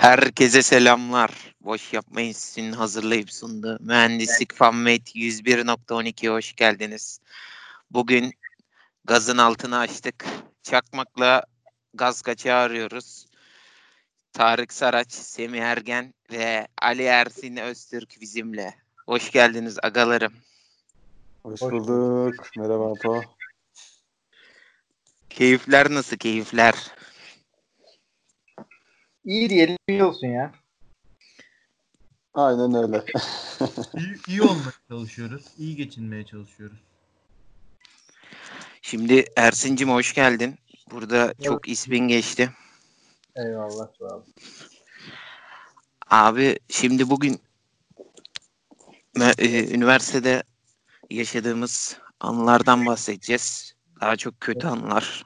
Herkese selamlar. Boş yapmayın sizin hazırlayıp sundu. Mühendislik FanMate 101.12'ye hoş geldiniz. Bugün gazın altını açtık. Çakmakla gaz kaçağı arıyoruz. Tarık Saraç, Semih Ergen ve Ali Ersin Öztürk bizimle. Hoş geldiniz agalarım. Hoş bulduk. Merhaba Apo. Keyifler nasıl keyifler? İyi diyelim, iyi olsun ya. Aynen öyle. İyi olmaya çalışıyoruz. İyi geçinmeye çalışıyoruz. Şimdi Ersin'cim hoş geldin. Burada çok ismin geçti. Eyvallah. Sağ ol. Abi şimdi bugün üniversitede yaşadığımız anılardan bahsedeceğiz. Daha çok kötü anılar.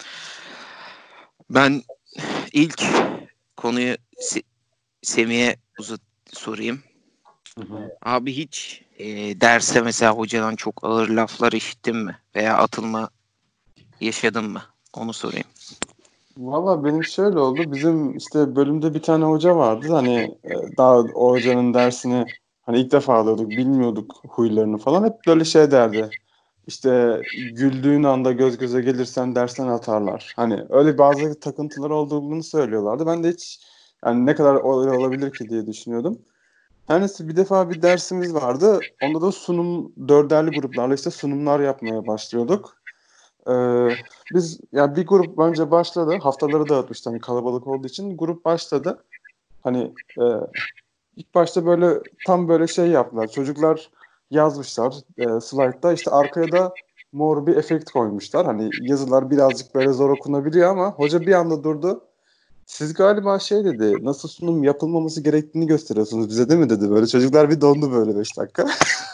Ben ilk konuyu Semih'e sorayım. Abi hiç derste mesela hocadan çok ağır laflar işittin mi? Veya atılma yaşadın mı? Onu sorayım. Valla benim şöyle oldu. Bizim işte bölümde bir tane hoca vardı. Hani daha o hocanın dersini hani ilk defa alıyorduk. Bilmiyorduk huylarını falan. Hep böyle şey derdi. İşte güldüğün anda göz göze gelirsen dersten atarlar. Hani öyle bazı takıntılar olduğunu söylüyorlardı. Ben de hiç yani ne kadar olabilir ki diye düşünüyordum. Her neyse bir defa bir dersimiz vardı. Onda da sunum dörderli gruplarla işte sunumlar yapmaya başlıyorduk. Biz yani bir grup önce başladı. Haftaları dağıtmıştı hani kalabalık olduğu için. Grup başladı. Hani ilk başta böyle tam böyle şey yaptılar. Çocuklar yazmışlar slaytta. İşte arkaya da mor bir efekt koymuşlar. Hani yazılar birazcık böyle zor okunabiliyor ama hoca bir anda durdu. Siz galiba şey dedi, nasıl sunum yapılmaması gerektiğini gösteriyorsunuz bize değil mi dedi. Böyle çocuklar bir dondu böyle 5 dakika.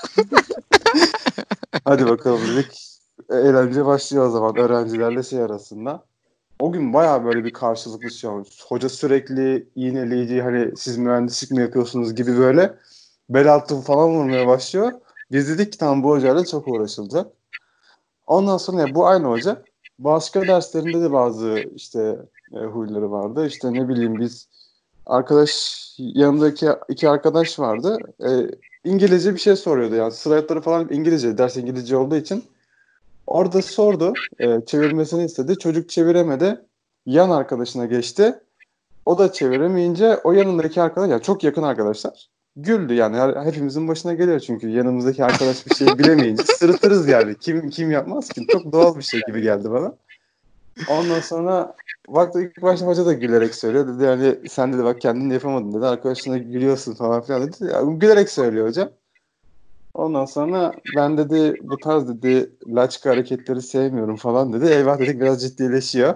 Hadi bakalım dedik. Eğlence başlıyor o zaman öğrencilerle şey arasında. O gün bayağı böyle bir karşılıklı şey olmuş. Hoca sürekli iğneleyici hani siz mühendislik mi yapıyorsunuz gibi böyle bel altı falan vurmaya başlıyor. Biz dedik ki tamam bu hocayla çok uğraşılacak. Ondan sonra bu aynı hoca. Başka derslerinde de bazı işte huyları vardı. İşte ne bileyim biz yanımdaki iki arkadaş vardı. İngilizce bir şey soruyordu yani slaytları falan İngilizce, ders İngilizce olduğu için. Orada sordu, çevirmesini istedi. Çocuk çeviremedi. Yan arkadaşına geçti. O da çeviremeyince o yanındaki arkadaş, yani çok yakın arkadaşlar, güldü yani. Hepimizin başına geliyor çünkü yanımızdaki arkadaş bir şey bilemeyince sırıtırız yani. Kim yapmaz ki? Çok doğal bir şey gibi geldi bana. Ondan sonra baktı ilk başta hoca da gülerek söylüyor. Dedi yani sen dedi bak kendin de yapamadın dedi. Arkadaşına gülüyorsun falan filan dedi. Yani, gülerek söylüyor hocam. Ondan sonra ben dedi bu tarz dedi laçka hareketleri sevmiyorum falan dedi. Eyvah dedik biraz ciddileşiyor.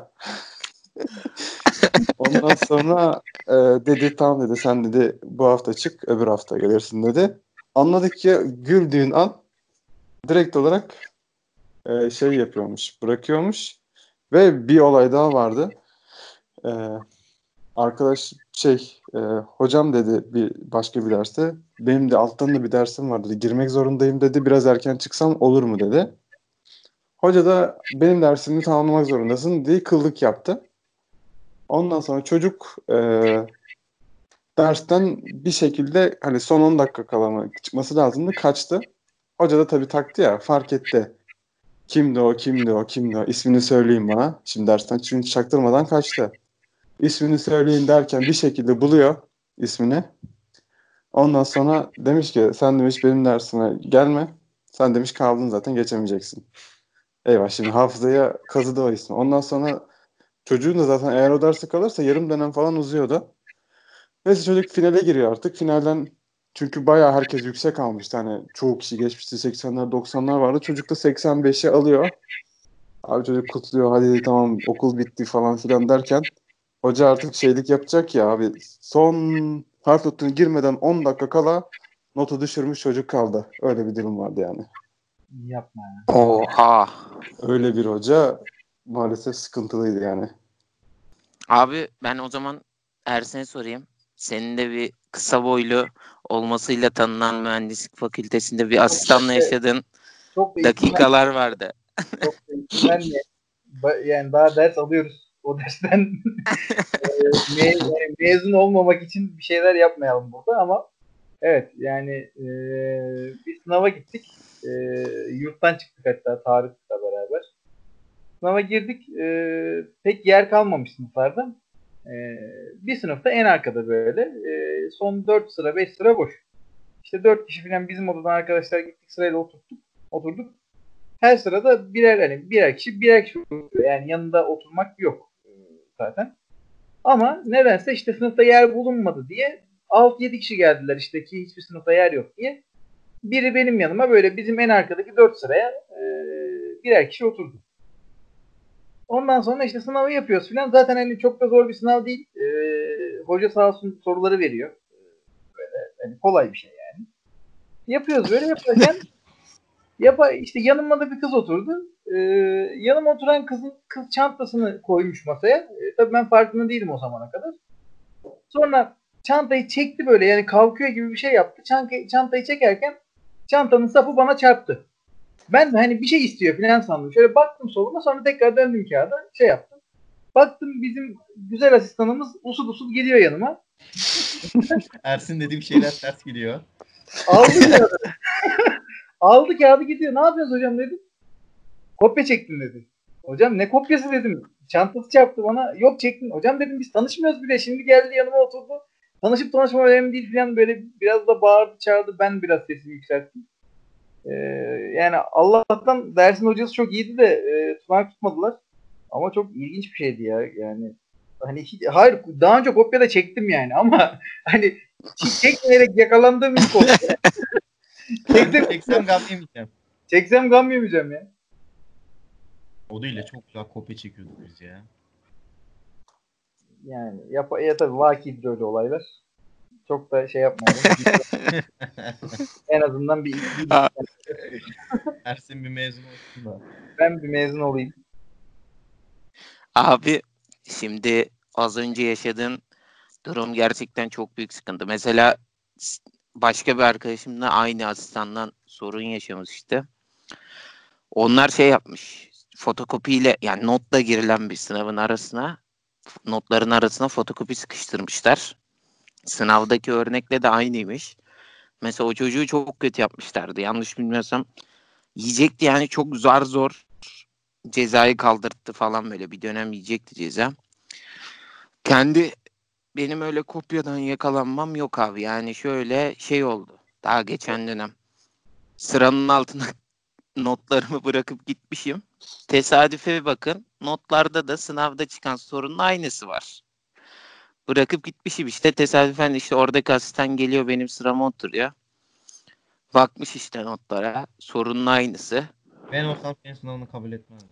Ondan sonra dedi tamam dedi sen dedi bu hafta çık öbür hafta gelirsin dedi. Anladık ki güldüğün an direkt olarak şey yapıyormuş, bırakıyormuş. Ve bir olay daha vardı. E, Arkadaş hocam dedi başka bir derste benim de alttan da bir dersim var dedi. Girmek zorundayım dedi. Biraz erken çıksam olur mu dedi. Hoca da benim dersimi tamamlamak zorundasın diye kıllık yaptı. Ondan sonra çocuk dersten bir şekilde hani son 10 dakika kala çıkması lazımdı. Kaçtı. Hoca da tabii taktı ya fark etti. Kimdi o, kimdi o, kimdi o? İsmini söyleyin bana. Şimdi dersten çünkü çaktırmadan kaçtı. İsmini söyleyin derken bir şekilde buluyor ismini. Ondan sonra demiş ki sen demiş benim dersime gelme. Sen demiş kaldın zaten geçemeyeceksin. Eyvah şimdi hafızaya kazıdı o ismi. Ondan sonra çocuğun da zaten eğer o derse kalırsa yarım dönem falan uzuyordu. Neyse çocuk finale giriyor artık. Finalden çünkü bayağı herkes yüksek almıştı. Hani çoğu kişi geçmişti. 80'ler 90'lar vardı. Çocuk da 85'e alıyor. Abi çocuk kutluyor. Hadi tamam okul bitti falan filan derken hoca artık şeylik yapacak ya abi. Son harf notunu girmeden 10 dakika kala notu düşürmüş çocuk kaldı. Öyle bir durum vardı yani. Yapma ya. Oha. Öyle bir hoca maalesef sıkıntılıydı yani. Abi ben o zaman Ersen'e sorayım. Senin de bir kısa boylu olmasıyla tanınan mühendislik fakültesinde bir asistanla yaşadığın Çok da dakikalar vardı. Çok da isim verme. Yani daha ders alıyoruz. O dersten yani mezun olmamak için bir şeyler yapmayalım burada ama evet yani bir sınava gittik. Yurttan çıktık hatta tarihle beraber. Sınava girdik. Pek yer kalmamış sınıflarda. Bir sınıfta en arkada böyle. Son 4 sıra 5 sıra boş. İşte 4 kişi falan bizim odadan arkadaşlar gittik sırayla oturduk. Her sırada birer kişi oturuyor. Yani yanında oturmak yok zaten. Ama nedense işte sınıfta yer bulunmadı diye 6-7 kişi geldiler işte ki hiçbir sınıfta yer yok diye. Biri benim yanıma böyle bizim en arkadaki 4 sıraya birer kişi oturdu. Ondan sonra işte sınavı yapıyoruz filan. Zaten hani çok da zor bir sınav değil. Hoca sağ olsun soruları veriyor. Böyle hani kolay bir şey yani. Yapıyoruz böyle yaparken işte yanıma da bir kız oturdu. Yanıma oturan kız çantasını koymuş masaya. Tabii ben farkında değilim o zamana kadar. Sonra çantayı çekti böyle yani kalkıyor gibi bir şey yaptı. Çantayı çekerken çantanın sapı bana çarptı. Ben de hani bir şey istiyor falan sandım. Şöyle baktım soluma sonra tekrar döndüm kağıda şey yaptım. Baktım bizim güzel asistanımız usul usul geliyor yanıma. Ersin dediğim şeyler ters gidiyor. Aldı kağıdı. Aldı kağıdı gidiyor. Ne yapıyorsun hocam dedim. Kopya çektim dedi. Hocam ne kopyası dedim. Çantası çarptı bana. Yok çektim. Hocam dedim biz tanışmıyoruz bile. Şimdi geldi yanıma oturdu. Tanışıp tanışma önemli değil falan böyle biraz da bağırdı çağırdı. Ben biraz sesimi yükselttim. Yani Allah'tan dersin hocası çok iyiydi de tutanak tutmadılar. Ama çok ilginç bir şeydi ya. Yani hani hayır daha önce kopya da çektim yani ama hani çekmeyerek yakalandığım ilk kopya. Çeksem gam yemeyeceğim. Çeksem gam yemeyeceğim ya. O değil de çok güzel kopya çekiyorduk biz ya. Yani tabii vakidir öyle olaylar. Çok da şey yapmayalım. En azından bir Ersin bir mezun olsun da. ben bir mezun olayım. Abi şimdi az önce yaşadığın durum gerçekten çok büyük sıkıntı. Mesela başka bir arkadaşımla aynı asistandan sorun yaşamış işte. Onlar şey yapmış. Fotokopiyle yani notla girilen bir sınavın arasına notların arasına fotokopi sıkıştırmışlar. Sınavdaki örnekle de aynıymış. Mesela o çocuğu çok kötü yapmışlardı. Yanlış bilmiyorsam yiyecekti yani çok zor cezayı kaldırttı falan böyle bir dönem yiyecekti ceza. Benim öyle kopyadan yakalanmam yok abi. Yani şöyle şey oldu. Daha geçen dönem sıranın altına notlarımı bırakıp gitmişim. Tesadüfe bakın notlarda da sınavda çıkan sorunun aynısı var. Bırakıp gitmişim işte tesadüfen işte oradaki asistan geliyor benim sırama oturuyor. Bakmış işte notlara sorunun aynısı. Ben olsam senin sınavını kabul etmezdim.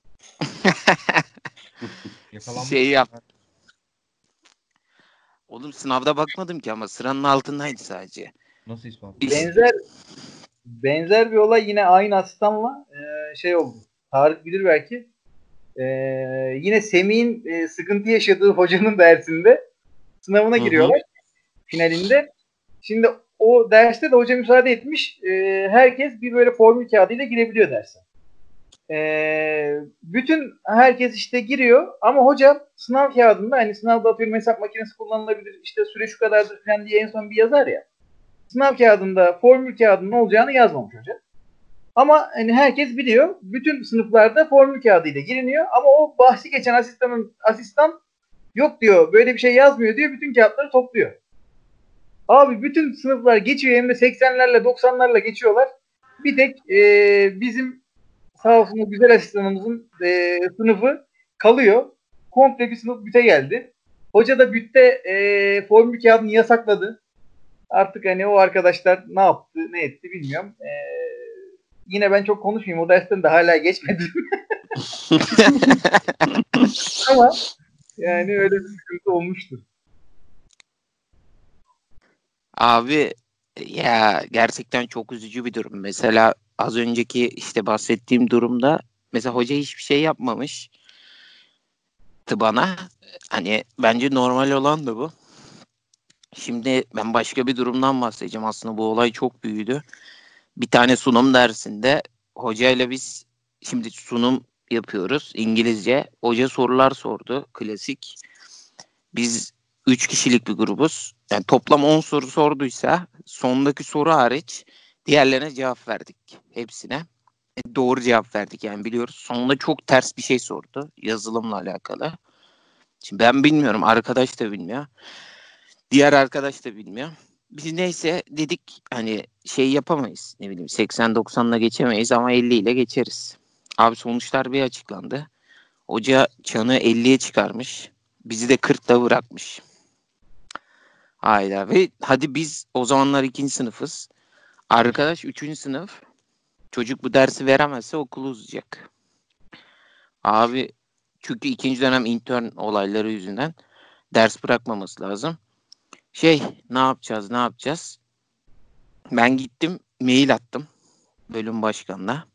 Yakalanmış. Şey yap. Oğlum sınavda bakmadım ki ama sıranın altındaydı sadece. Nasıl ispat? Benzer bir olay yine aynı asistanla şey oldu. Tarık bilir belki. Yine Semih'in sıkıntı yaşadığı hocanın dersinde sınavına giriyorlar. Finalinde. Şimdi o derste de hoca müsaade etmiş. Herkes bir böyle formül kağıdıyla girebiliyor derse. Bütün herkes işte giriyor ama hoca sınav kağıdında hani sınavda atıyorum hesap makinesi kullanılabilir işte süre şu kadardır falan diye en son bir yazar ya. Sınav kağıdında formül kağıdının olacağını yazmamış hoca. Ama hani herkes biliyor. Bütün sınıflarda formül kağıdıyla giriniyor ama o bahsi geçen asistan yok diyor. Böyle bir şey yazmıyor diyor. Bütün kağıtları topluyor. Abi bütün sınıflar geçiyor hem de 80'lerle 90'larla geçiyorlar. Bir tek bizim sağ olsun o güzel asistanımızın sınıfı kalıyor. Komple bir sınıf büte geldi. Hoca da bütte formül kağıdını yasakladı. Artık hani o arkadaşlar ne yaptı ne etti bilmiyorum. Yine ben çok konuşmayayım. O dersten de hala geçmedim. Ama yani öyle bir sıkıntı olmuştu. Abi ya gerçekten çok üzücü bir durum. Mesela az önceki işte bahsettiğim durumda mesela hoca hiçbir şey yapmamış bana. Hani bence normal olan da bu. Şimdi ben başka bir durumdan bahsedeceğim. Aslında bu olay çok büyüdü. Bir tane sunum dersinde hocayla biz şimdi sunum yapıyoruz. İngilizce. Hoca sorular sordu. Klasik. Biz 3 kişilik bir grubuz. Yani toplam 10 soru sorduysa sondaki soru hariç diğerlerine cevap verdik. Hepsine. Doğru cevap verdik yani biliyoruz. Sonunda çok ters bir şey sordu. Yazılımla alakalı. Şimdi ben bilmiyorum. Arkadaş da bilmiyor. Diğer arkadaş da bilmiyor. Biz neyse dedik hani şey yapamayız. Ne bileyim 80-90'la geçemeyiz ama 50 ile geçeriz. Abi sonuçlar bir açıklandı. Hoca çanı 50'ye çıkarmış. Bizi de 40'ta bırakmış. Hayda. Ve hadi biz o zamanlar 2. sınıfız. Arkadaş 3. sınıf. Çocuk bu dersi veremezse okulu uzayacak. Abi çünkü 2. dönem intern olayları yüzünden ders bırakmaması lazım. Ne yapacağız? Ben gittim mail attım bölüm başkanına.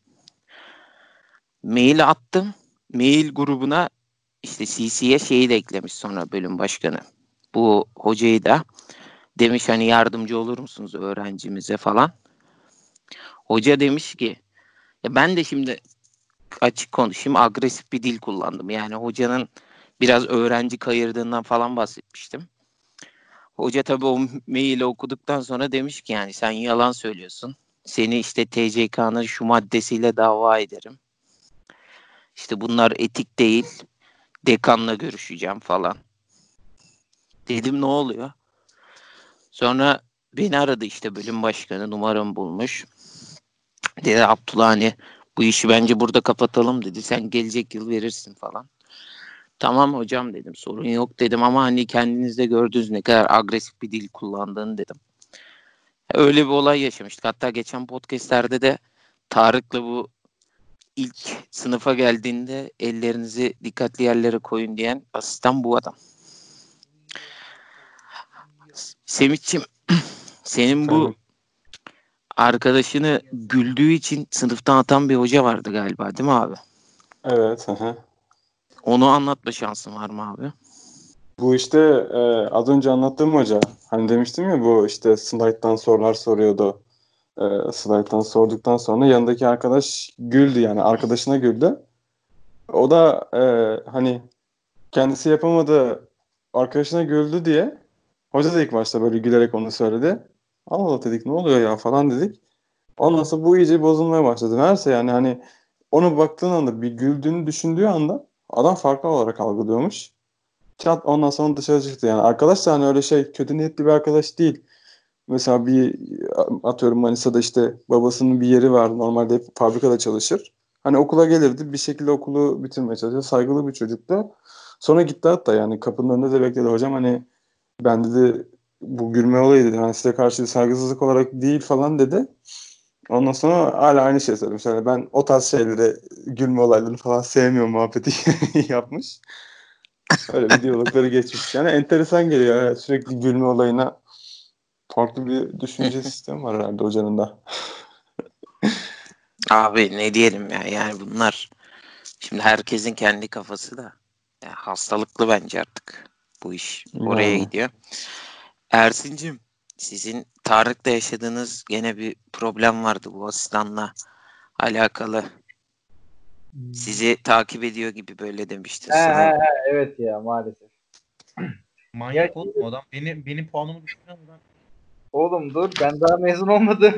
Mail attım. Mail grubuna işte CC'ye şeyi de eklemiş sonra bölüm başkanı. Bu hocayı da demiş hani yardımcı olur musunuz öğrencimize falan. Hoca demiş ki ya ben de şimdi açık konuşayım agresif bir dil kullandım. Yani hocanın biraz öğrenci kayırdığından falan bahsetmiştim. Hoca tabii o maili okuduktan sonra demiş ki yani sen yalan söylüyorsun. Seni işte TCK'nın şu maddesiyle dava ederim. İşte bunlar etik değil. Dekanla görüşeceğim falan. Dedim ne oluyor? Sonra beni aradı işte bölüm başkanı numaramı bulmuş. Dedi Abdullah hani bu işi bence burada kapatalım dedi. Sen gelecek yıl verirsin falan. Tamam hocam dedim sorun yok dedim ama hani kendinizde gördünüz ne kadar agresif bir dil kullandığını dedim. Öyle bir olay yaşamıştık. Hatta geçen podcastlerde de Tarık'la bu ilk sınıfa geldiğinde ellerinizi dikkatli yerlere koyun diyen asistan bu adam. Semih'ciğim senin bu Efendim. arkadaşını güldüğü için sınıftan atan bir hoca vardı galiba değil mi abi? Evet. Hı. Onu anlatma şansın var mı abi? Bu işte az önce anlattığım hoca. Hani demiştim ya bu işte slayttan sorular soruyordu. Slayttan sorduktan sonra yanındaki arkadaş güldü yani arkadaşına güldü. O da hani kendisi yapamadı arkadaşına güldü diye hoca da ilk başta böyle gülerek onu söyledi. Allah Allah dedik ne oluyor ya falan dedik. Ondan sonra bu iyice bozulmaya başladı. Meğerse yani hani ona baktığın anda bir güldüğünü düşündüğü anda adam farklı olarak algılıyormuş. Çat ondan sonra dışarı çıktı yani. Arkadaş da hani öyle şey kötü niyetli bir arkadaş değil. Mesela bir atıyorum Manisa'da işte babasının bir yeri var. Normalde hep fabrikada çalışır. Hani okula gelirdi. Bir şekilde okulu bitirmeye çalışıyor. Saygılı bir çocuktu. Sonra gitti hatta yani kapının önünde de bekledi. Hocam hani ben dedi bu gülme olayı dedi. Hani size karşı saygısızlık olarak değil falan dedi. Ondan sonra hala aynı şey söylemiş. Yani ben o tarz şeyleri gülme olaylarını falan sevmiyorum muhabbeti yapmış. Öyle bir diyalogları geçmiş. Yani enteresan geliyor. Evet, sürekli gülme olayına farklı bir düşünce sistemi var herhalde hocanın da. Abi ne diyelim ya yani bunlar şimdi herkesin kendi kafası da ya hastalıklı bence artık bu iş oraya Yani. gidiyor. Ersin'cim sizin Tarık'ta yaşadığınız gene bir problem vardı bu asistanla alakalı. Sizi takip ediyor gibi böyle demişti sınav. Evet ya maalesef. Ya Manyak oğlum şimdi, adam. Benim puanımı düşüren adam. oğlum dur ben daha mezun olmadım.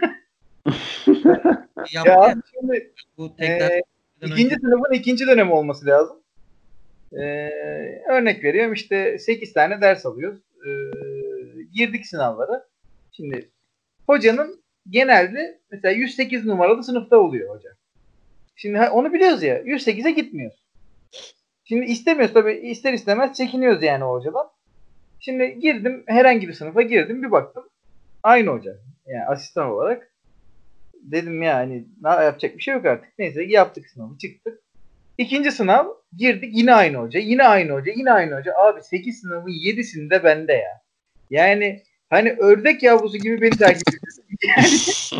Ya Yaptı ya. abi şimdi Bu e, tek dersden ikinci önce sınıfın ikinci dönemi olması lazım. E, Örnek veriyorum işte 8 tane ders alıyoruz. Girdik sınavlara. Şimdi hocanın genelde mesela 108 numaralı sınıfta oluyor hoca. Şimdi onu biliyoruz ya 108'e gitmiyoruz. Şimdi istemiyoruz tabii ister istemez çekiniyoruz yani o hocadan. Şimdi girdim herhangi bir sınıfa girdim bir baktım aynı hoca. Yani asistan olarak. Dedim yani yapacak bir şey yok artık. Neyse yaptık sınavı çıktık. İkinci sınav girdik yine aynı hoca. Yine aynı hoca. Yine aynı hoca. Abi 8 sınavın 7'sinde bende ya. Yani hani ördek yavrusu gibi beni takip ediyor. Yani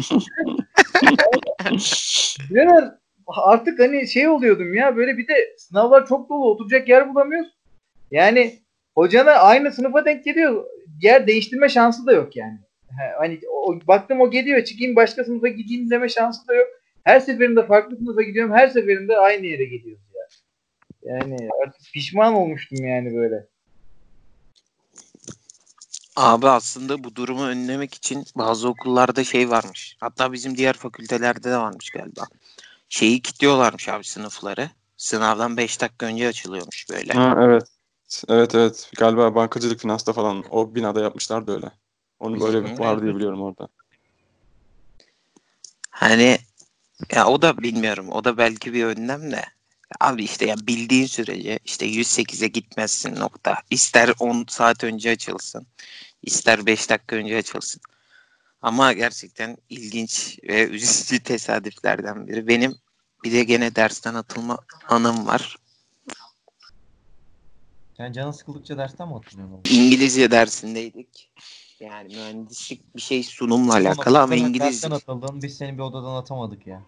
biraz artık hani şey oluyordum ya böyle bir de sınavlar çok dolu oturacak yer bulamıyoruz. Yani hocana aynı sınıfa denk geliyor. Yer değiştirme şansı da yok yani. Hani baktım o geliyor çıkayım başka sınıfa gideyim deme şansı da yok. Her seferinde farklı sınıfa gidiyorum. Her seferinde aynı yere gidiyoruz ya. Yani artık pişman olmuştum yani böyle. Abi aslında bu durumu önlemek için bazı okullarda şey varmış. Hatta bizim diğer fakültelerde de varmış galiba. Şeyi kilitliyorlarmış abi sınıfları. Sınavdan 5 dakika önce açılıyormuş böyle. Ha, evet. Evet. Galiba bankacılık, finansta falan o binada yapmışlar da öyle. Onu böyle Hı hı. var diye biliyorum orada. Hani ya o da bilmiyorum. O da belki bir önlem de. Abi işte ya bildiğin sürece işte 108'e gitmezsin nokta. İster 10 saat önce açılsın. İster 5 dakika önce açılsın. Ama gerçekten ilginç ve üzücü tesadüflerden biri. Benim bir de gene dersten atılma anım var. Sen canın sıkıldıkça dersten mi atılıyorsun oğlum? İngilizce dersindeydik. Yani mühendislik bir şey sunumla alakalı ama Dersten İngilizce. atıldın. Biz seni bir odadan atamadık ya.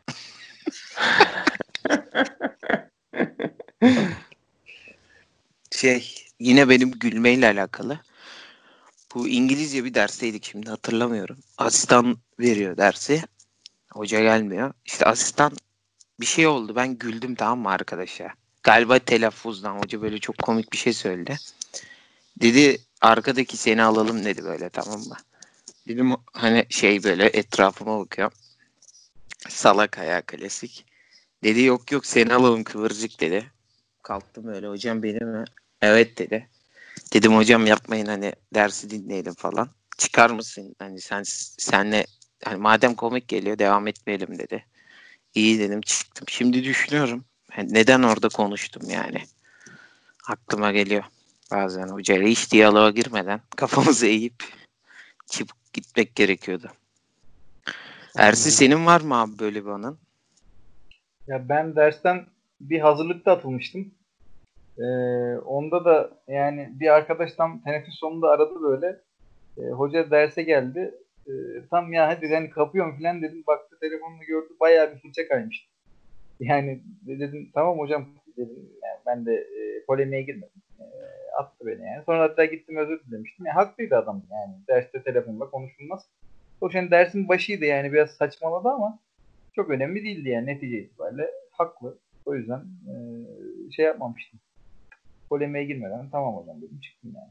Yine benim gülmeyle alakalı. Bu İngilizce bir dersteydik şimdi hatırlamıyorum. Asistan veriyor dersi. Hoca gelmiyor. İşte asistan bir şey oldu. Ben güldüm tamam mı arkadaşa? Galiba telaffuzdan hoca böyle çok komik bir şey söyledi. Dedi arkadaki seni alalım dedi böyle tamam mı? Dedim hani şey böyle etrafıma bakıyorum. Salak ayağı klasik. Dedi yok seni alalım kıvırcık dedi. Kalktım öyle hocam beni mi? Evet dedi. Dedim hocam yapmayın hani dersi dinleyelim falan. Çıkar mısın? Hani senle hani madem komik geliyor devam etmeyelim dedi. İyi dedim çıktım. Şimdi düşünüyorum. Hani neden orada konuştum yani? Aklıma geliyor. Bazen hocayla hiç diyaloğa girmeden kafamızı eğip çıkıp gitmek gerekiyordu. Ersi senin var mı abi böyle bir anın? Ya ben dersten bir hazırlıkta atılmıştım. Onda da yani bir arkadaş tam teneffüs sonunda aradı böyle. Hoca derse geldi. Tam ya hadi yani kapıyorum falan dedim. Baktı telefonunu gördü. Bayağı bir fırça kaymış. Yani dedim tamam hocam dedim. Yani ben de polemiğe girmedim. Attı beni yani. Sonra hatta gittim özür dilemiştim. Yani haklıydı adam yani. Derste telefonla konuşulmaz. O şey dersin başıydı yani biraz saçmaladı ama çok önemli değildi yani netice itibariyle. Haklı. O yüzden şey yapmamıştım. Polemiğe girmeden tamam hocam dedim çıktım yani.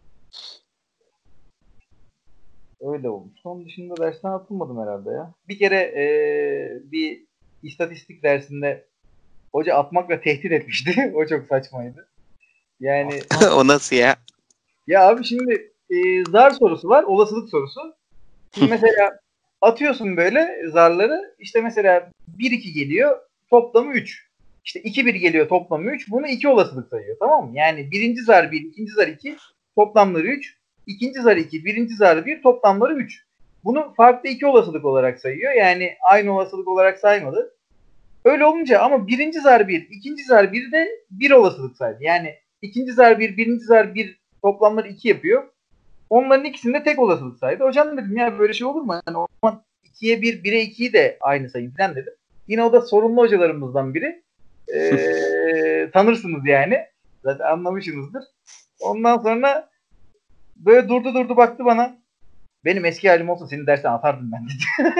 Öyle olmuş. Onun dışında dersten atılmadım herhalde ya. Bir kere bir istatistik dersinde hoca atmakla tehdit etmişti. O çok saçmaydı. Yani O nasıl ya? ya abi şimdi zar sorusu var, olasılık sorusu. Şimdi mesela atıyorsun böyle zarları. İşte mesela 1-2 geliyor, toplamı 3. İşte 2-1 geliyor, toplamı 3. Bunu 2 olasılık sayıyor. Tamam mı? Yani birinci zar 1, ikinci zar 2, toplamları 3. İkinci zar 2, birinci zar 1, toplamları 3. Bunu farklı 2 olasılık olarak sayıyor. Yani aynı olasılık olarak saymadı. Öyle olunca ama birinci zar 1, ikinci zar 1 de 1 olasılık saydı. Yani ikinci zar 1, birinci zar 1 toplamları 2 yapıyor. Onların ikisinde tek olasılık saydı. Hocam dedim ya böyle şey olur mu? Yani o zaman 2'ye 1, 1'e 2'yi de aynı sayın falan dedim. Yine o da sorumlu hocalarımızdan biri. Tanırsınız yani. Zaten anlamışsınızdır. Ondan sonra böyle durdu baktı bana. Benim eski halim olsa senin dersten atardım ben dedi.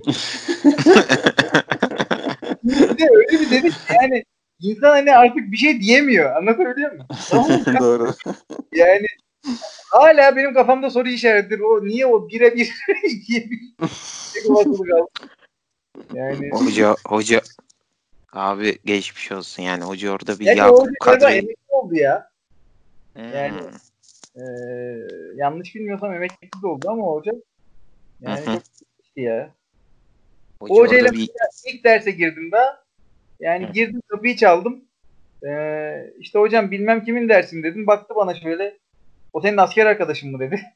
Bir de öyle bir dedi ki yani insan hani artık bir şey diyemiyor. Anlatabiliyor muyum? Tamam mı? Doğru. Yani hala benim kafamda soru işaretidir. O niye o 1'e 1, 2'ye 1 tek olasılık aldı? Yani Hoca abi geçmiş olsun yani hoca orada bir gerçi o hoca Yakup galiba Kadri. emekli oldu ya. Yani Hmm. e, yanlış bilmiyorsam emekli de oldu ama o hoca Hı yani hı. çok işte ya. O Hoca hocayla orada bir ilk derse girdim daha. Hı. Yani girdim kapıyı çaldım. İşte hocam bilmem kimin dersin dedim. Baktı bana şöyle. O senin asker arkadaşın mı dedi.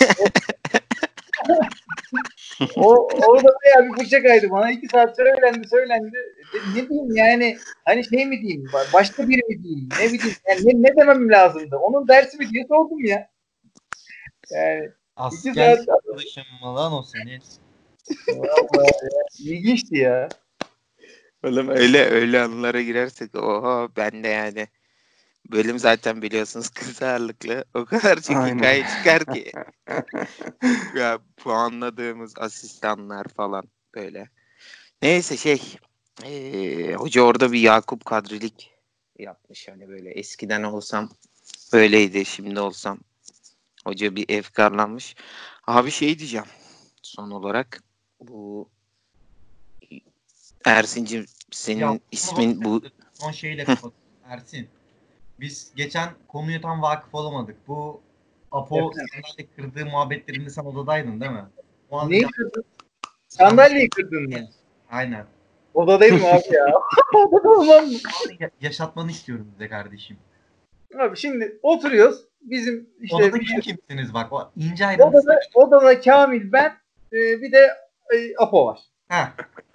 Orada bayağı bir fırça kaydı bana. 2 saat söylendi. Ne diyeyim yani hani şey mi diyeyim başka biri mi diyeyim ne bileyim yani ne demem lazımdı. Onun dersi mi diye sordum ya. Yani 2 saat Askerlik arkadaşım mı lan o senin? vallahi ilginçti ya. oğlum öyle anılara girersek oha ben de yani bölüm zaten biliyorsunuz kız ağırlıklı. O kadar çok Aynen. hikaye çıkar ki. Ya puanladığımız asistanlar falan böyle. Neyse hoca orada bir Yakup Kadrilik yapmış. Hani böyle eskiden olsam böyleydi, şimdi olsam. Hoca bir efkarlanmış. Abi diyeceğim son olarak. Bu Ersin'cim Ya senin ismin bu. son şeyle kapat. Ersin. Biz geçen konuya tam vakıf olamadık. Bu Apo sandalye kırdığı muhabbetlerinde sen odadaydın değil mi? O an Neyi kırdın? Sandalyeyi kırdın mı? Aynen. Odadayım abi ya. Odada olmam mı? Yaşatmanı istiyorum bize kardeşim. Abi şimdi oturuyoruz. Bizim işte Odada kimsiniz bak o ince ayrıntı. odada Kamil, ben, bir de Apo var. Ha,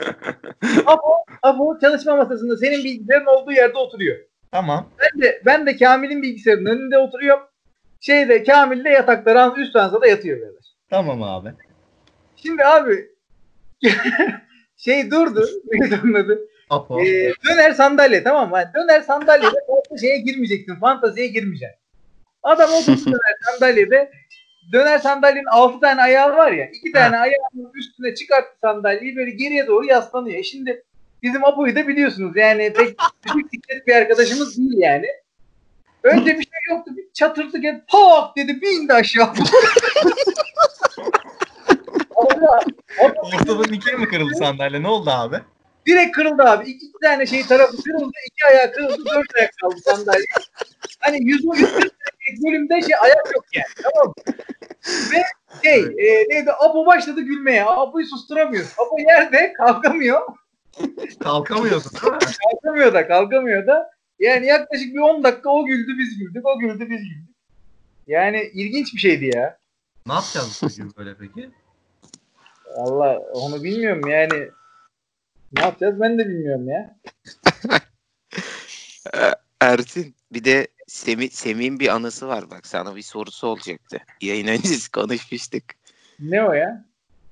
Apo çalışma masasında senin bilgisayarın olduğu yerde oturuyor. tamam. Ben de Kamil'in bilgisayarının önünde oturuyorum. Kamil de yatakta üst ranzada yatıyor böyle. Tamam abi. Şimdi abi durdu. Neydi onun adı? Apo. Döner sandalye, tamam mı? Yani döner sandalyede girmeyeceksin. Fanteziye girmeyeceksin. Adam oturdu döner sandalyede. Döner sandalyenin 6 tane ayağı var ya. 2 tane ayağının üstüne çıkarttı sandalyeyi, böyle geriye doğru yaslanıyor. Şimdi bizim Apo'yu da biliyorsunuz. Yani pek küçük bir arkadaşımız değil yani. Önce bir şey yoktu. Bir çatırtı geldi. Pak dedi. Bir indi aşağı. Ortadan ikiye mi kırıldı sandalye? Ne oldu abi? Direkt kırıldı abi. İki tane tarafı kırıldı. 2 ayağı kırıldı. 4 ayak kaldı sandalye. Hani 140 bölümde ayak yok yani. Tamam mı? Ve Apo başladı gülmeye. Apo'yu susturamıyor. Apo yerde kalkamıyor. Kalkamıyorsun değil mi? Kalkamıyor da. Yani yaklaşık bir 10 dakika o güldü biz güldük. O güldü biz güldük. Yani ilginç bir şeydi ya. Ne yapacağız bugün böyle peki? Allah onu bilmiyorum yani. Ne yapacağız ben de bilmiyorum ya. Ersin bir de Semih'in bir anısı var, bak sana bir sorusu olacaktı. Yayın öncesi konuşmuştuk. Ne o ya?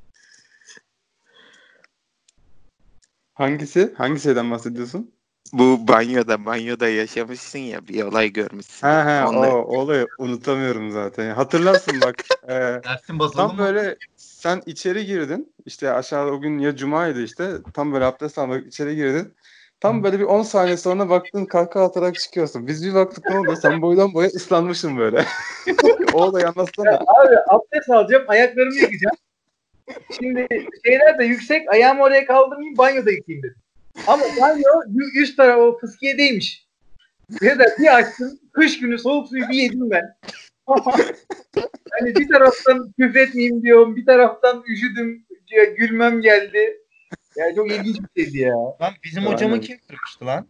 Hangisi? Hangi şeyden bahsediyorsun? Bu banyoda yaşamışsın ya, bir olay görmüşsün. O olayı unutamıyorum zaten. Hatırlarsın bak. Dersin basıldı Tam mı? böyle sen içeri girdin. İşte aşağıda o gün ya cumaydı işte. Tam böyle abdest almak içeri girdin. Tam böyle bir 10 saniye sonra baktın kahkaha atarak çıkıyorsun. Biz bir baktık ne oluyor? Sen boydan boya ıslanmışsın böyle. O olayı anlatsana. Abi abdest alacağım, ayaklarımı yıkayacağım. Şimdi de yüksek, ayağımı oraya kaldırmayayım, banyoda yıkayayım dedim. Ama banyo üst tarafı o fıskiyedeymiş. Ya da bir açtım, kış günü soğuk suyu bir yedim ben. Hani bir taraftan küfretmeyeyim diyorum, bir taraftan üşüdüm, gülmem geldi. Yani çok ilginç bir şeydi ya. Lan bizim hocamı kim kırmıştı lan?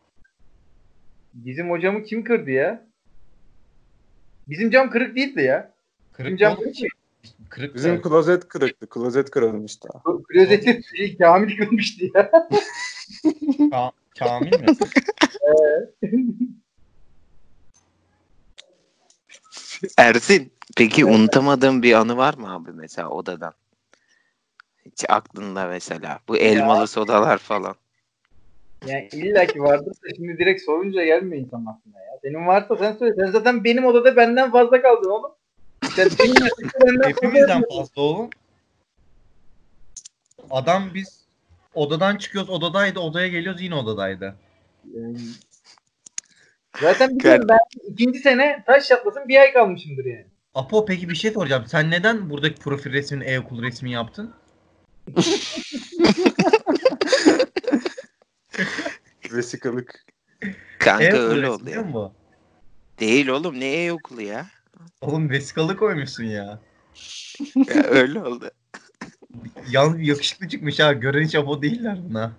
Bizim hocamı kim kırdı ya? Bizim cam kırık değildi ya. Bizim cam kırık mı? Kırık Bizim klozet kırıktı. Klozet kırılmıştı. Klozeti Kamil kırmıştı ya. Kamil mi? Ersin peki unutamadığın bir anı var mı abi mesela odadan? Hiç aklında mesela. Bu elmalı sodalar falan. Yani illaki vardır da şimdi direkt sorunca gelmiyor insan aklına ya. Senin varsa sen söyle. Sen zaten benim odada benden fazla kaldın oğlum. Sen Hepimizden fazla oğlum. Adam biz odadan çıkıyoruz, odadaydı, odaya geliyoruz, yine odadaydı. Zaten biliyorum ben 2. sene taş çatlasın bir ay kalmışımdır yani. Apo peki bir şey soracağım. Sen neden buradaki profil resmini e-okul resmi yaptın? Vesikalık. Kanka E-okul öyle resmi oldu değil ya. mi bu? Değil oğlum, ne okulu ya? Oğlum vesikalı koymuşsun ya. Ya öyle oldu. Yalnız yakışıklı çıkmış ha. Gören hiç Apo değiller buna.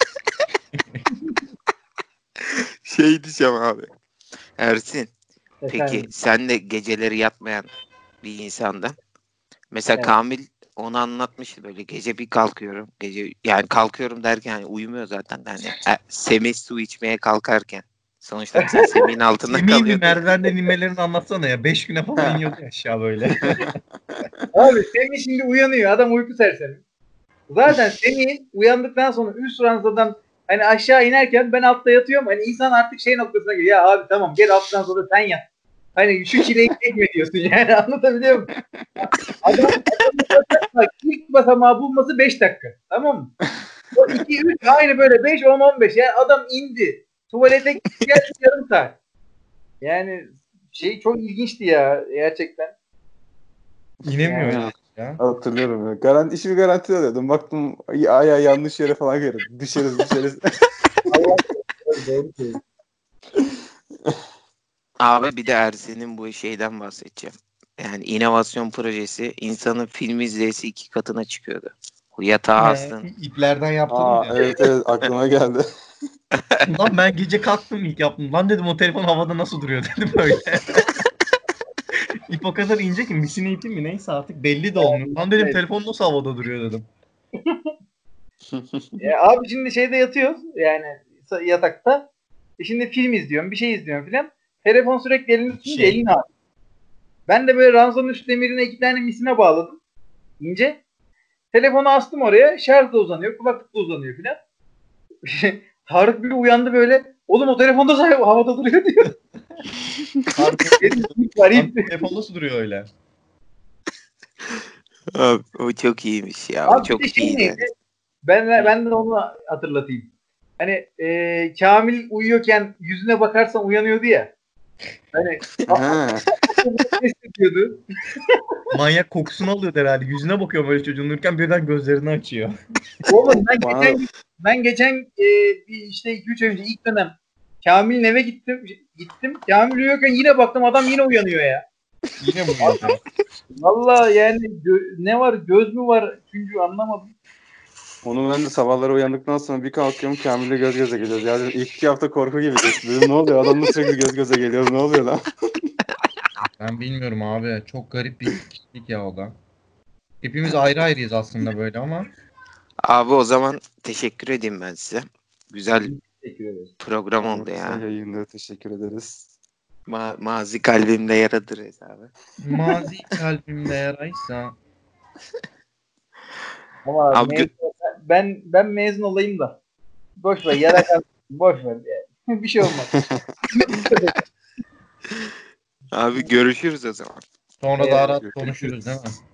Diyeceğim abi. Ersin. Efendim. Peki sen de geceleri yatmayan bir insandan. Mesela Evet. Kamil onu anlatmıştı, böyle gece bir kalkıyorum. Yani kalkıyorum derken hani uyumuyor zaten. Hani Semih su içmeye kalkarken. Sonuçta sen Semih'in altında Semih'in kalıyordun. merdivenden inmelerini anlatsana ya. 5 güne falan iniyordu aşağı böyle. Abi Semih şimdi uyanıyor. Adam uyku sersemi. Zaten Semih'in uyandıktan sonra üst ranzadan hani aşağı inerken ben altta yatıyorum. Hani insan artık noktasına geliyor. Ya abi tamam gel alt ranzada sen yat. Hani şu çileyi çekme diyorsun yani, anlatabiliyor muyum? Adam ilk basamağı bulması 5 dakika. Tamam mı? O 2, 3 aynı böyle 5, 10, 15. Yani adam indi. Tuvalete geldi yarım saat. Yani çok ilginçti ya gerçekten. İnemiyor Yani, ya. Hatırlıyorum ya. İşimi garanti alıyordum. Baktım ayağı yanlış yere falan geldi. Düşeriz. Allah doğru söylüyor. Abi bir de Ersin'in bu şeyden bahsedeceğim. Yani inovasyon projesi insanın film izleyisi 2 katına çıkıyordu. Bu yatağı astın. İplerden yaptın Aa, ya. evet aklıma geldi. Lan ben gece kalktım ilk yaptım. Lan dedim o telefon havada nasıl duruyor dedim öyle. İp o kadar ince ki misine ipi mi neyse artık belli de olmuyor. Lan dedim Evet. telefon nasıl havada duruyor dedim. Abi şimdi şeyde yatıyoruz yani yatakta. Şimdi film izliyorum, bir şey izliyorum filan. Telefon sürekli elini tutunca elini ağrıyor. Ben de böyle ranzanın üst demirine 2 tane misine bağladım. İnce. Telefonu astım oraya. Şarj da uzanıyor, kulaklık da uzanıyor filan. Tarık bir uyandı böyle. Oğlum o telefonda havada duruyor diyor. Dedim, ip var Lan ip. telefon nasıl duruyor öyle? Abi, o çok iyiymiş ya. O Abi bir çok de şey iyiydi. neydi? Ben de onu hatırlatayım. Hani Kamil uyuyorken yüzüne bakarsan uyanıyordu ya. Hani Ha. ses ediyordu. Manyak kokusunu alıyor herhalde. Yüzüne bakıyor böyle çocuğun uyurken birden gözlerini açıyor. Oğlum Bana- ben geçen bir işte 2-3 önce ilk dönem Kamil'in eve gittim. Kamil uyuyorken yine baktım adam yine uyanıyor ya. Yine mi uyuyor? Vallahi yani ne var göz mü var çünkü anlamadım. Onu ben de sabahları uyandıktan sonra bir kalkıyorum Kamil'le göz göze geliyoruz. Yani ilk 2 hafta korku gibi geçti. Dedim ne oluyor? Adamla sürekli göz göze geliyoruz. Ne oluyor lan? Ben bilmiyorum abi. Çok garip bir kişilik ya o da. Hepimiz ayrı ayrıyız aslında böyle ama. Abi o zaman teşekkür edeyim ben size. Güzel Teşekkür ederiz. program oldu Güzel ya. yayında teşekkür ederiz. Mazi kalbimde yaradır hesabı. Mazi kalbimde yaraysa. Ama Abi ben mezun olayım da. Boş ver yara kalsın. Boş ver yani. Bir şey olmaz. abi görüşürüz o zaman. Sonra Evet. daha rahat konuşuruz değil mi?